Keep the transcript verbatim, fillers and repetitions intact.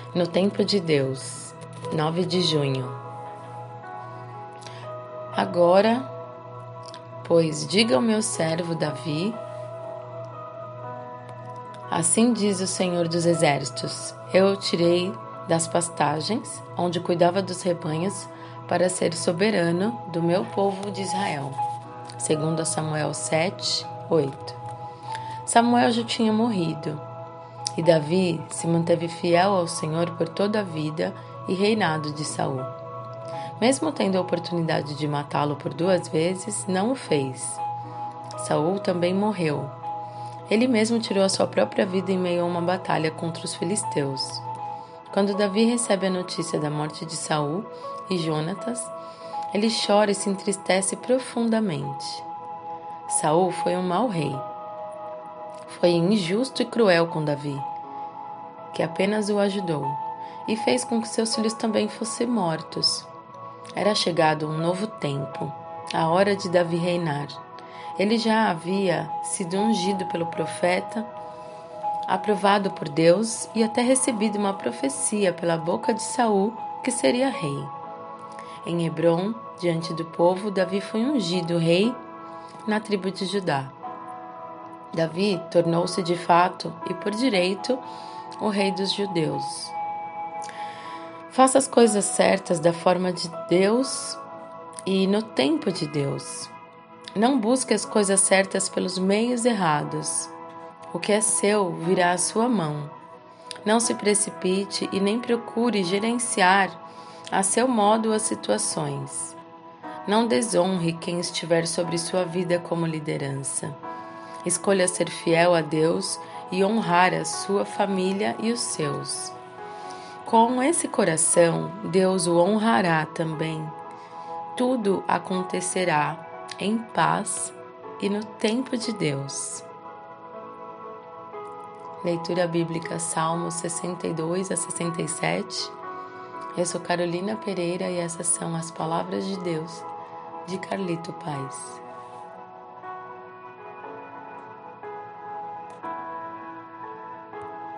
No tempo de Deus, nove de junho. Agora, pois, diga ao meu servo Davi, assim diz o Senhor dos Exércitos, eu o tirei das pastagens, onde cuidava dos rebanhos, para ser soberano do meu povo de Israel. Segundo Samuel sete, oito. Samuel já tinha morrido, e Davi se manteve fiel ao Senhor por toda a vida e reinado de Saul. Mesmo tendo a oportunidade de matá-lo por duas vezes, não o fez. Saul também morreu. Ele mesmo tirou a sua própria vida em meio a uma batalha contra os filisteus. Quando Davi recebe a notícia da morte de Saul e Jonatas, ele chora e se entristece profundamente. Saul foi um mau rei. Foi injusto e cruel com Davi, que apenas o ajudou, e fez com que seus filhos também fossem mortos. Era chegado um novo tempo, a hora de Davi reinar. Ele já havia sido ungido pelo profeta, aprovado por Deus e até recebido uma profecia pela boca de Saul que seria rei. Em Hebrom, diante do povo, Davi foi ungido rei na tribo de Judá. Davi tornou-se de fato e por direito o rei dos judeus. Faça as coisas certas da forma de Deus e no tempo de Deus. Não busque as coisas certas pelos meios errados. O que é seu virá à sua mão. Não se precipite e nem procure gerenciar a seu modo as situações. Não desonre quem estiver sobre sua vida como liderança. Escolha ser fiel a Deus e honrar a sua família e os seus. Com esse coração, Deus o honrará também. Tudo acontecerá em paz e no tempo de Deus. Leitura bíblica Salmos sessenta e dois a sessenta e sete. Eu sou Carolina Pereira e essas são as palavras de Deus de Carlito Paes.